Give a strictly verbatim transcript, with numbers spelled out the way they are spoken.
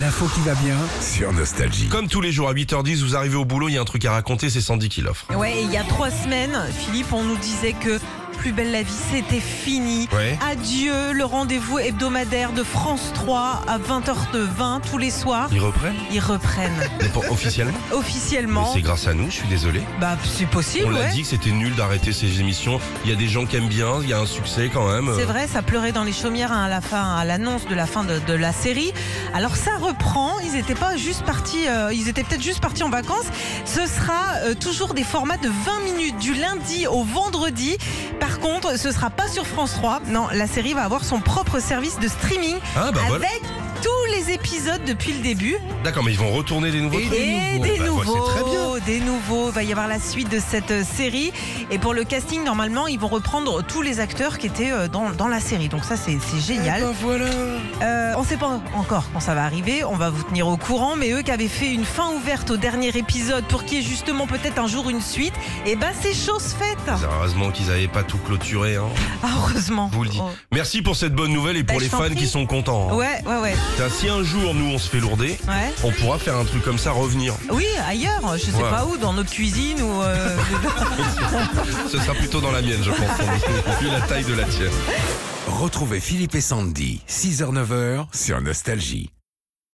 L'info qui va bien. Sur Nostalgie. Comme tous les jours à huit heures dix, vous arrivez au boulot, il y a un truc à raconter, c'est Sandy qui l'offre. Ouais, et il y a trois semaines, Philippe, on nous disait que Plus belle la vie, c'était fini. Ouais. Adieu, le rendez-vous hebdomadaire de France trois à vingt heures vingt tous les soirs. Ils reprennent Ils reprennent Mais pour- Officiellement Mais officiellement. c'est grâce à nous, je suis désolé. Bah, c'est possible, On l'a ouais. dit que c'était nul d'arrêter ces émissions. Il y a des gens qui aiment bien, il y a un succès quand même. C'est vrai, ça pleurait dans les chaumières à la fin, à l'annonce de la fin de, de la série. Alors ça reprend. Ils étaient pas juste partis, euh, ils étaient peut-être juste partis en vacances. Ce sera euh, toujours des formats de vingt minutes du lundi au vendredi. Par contre, ce sera pas sur France trois. Non, la série va avoir son propre service de streaming Ah bah voilà. avec tous les épisodes depuis le début. D'accord, mais ils vont retourner des nouveaux Et trucs. Et nouveaux. des Bah, voilà, nouveaux, c'est très bien. des nouveaux. Il va y avoir la suite de cette euh, série. Et pour le casting, normalement, ils vont reprendre tous les acteurs qui étaient euh, dans, dans la série. Donc ça, c'est c'est génial. Ben voilà. Euh, on ne sait pas encore quand ça va arriver, on va vous tenir au courant, mais eux qui avaient fait une fin ouverte au dernier épisode pour qu'il y ait justement peut-être un jour une suite, et ben c'est chose faite. Heureusement qu'ils n'avaient pas tout clôturé. Hein. Ah, heureusement. Je vous le dis. Oh. Merci pour cette bonne nouvelle et pour Bah, les je t'en fans prie. qui sont contents. hein. Ouais, ouais, ouais. Putain, si un jour nous on se fait lourder, Ouais. on pourra faire un truc comme ça revenir. Oui, ailleurs, je sais Ouais. pas où, dans notre cuisine ou... euh, Ce sera plutôt dans la mienne, je pense, vu la taille de la tienne. Retrouvez Philippe et Sandy, six heures neuf heures sur Nostalgie.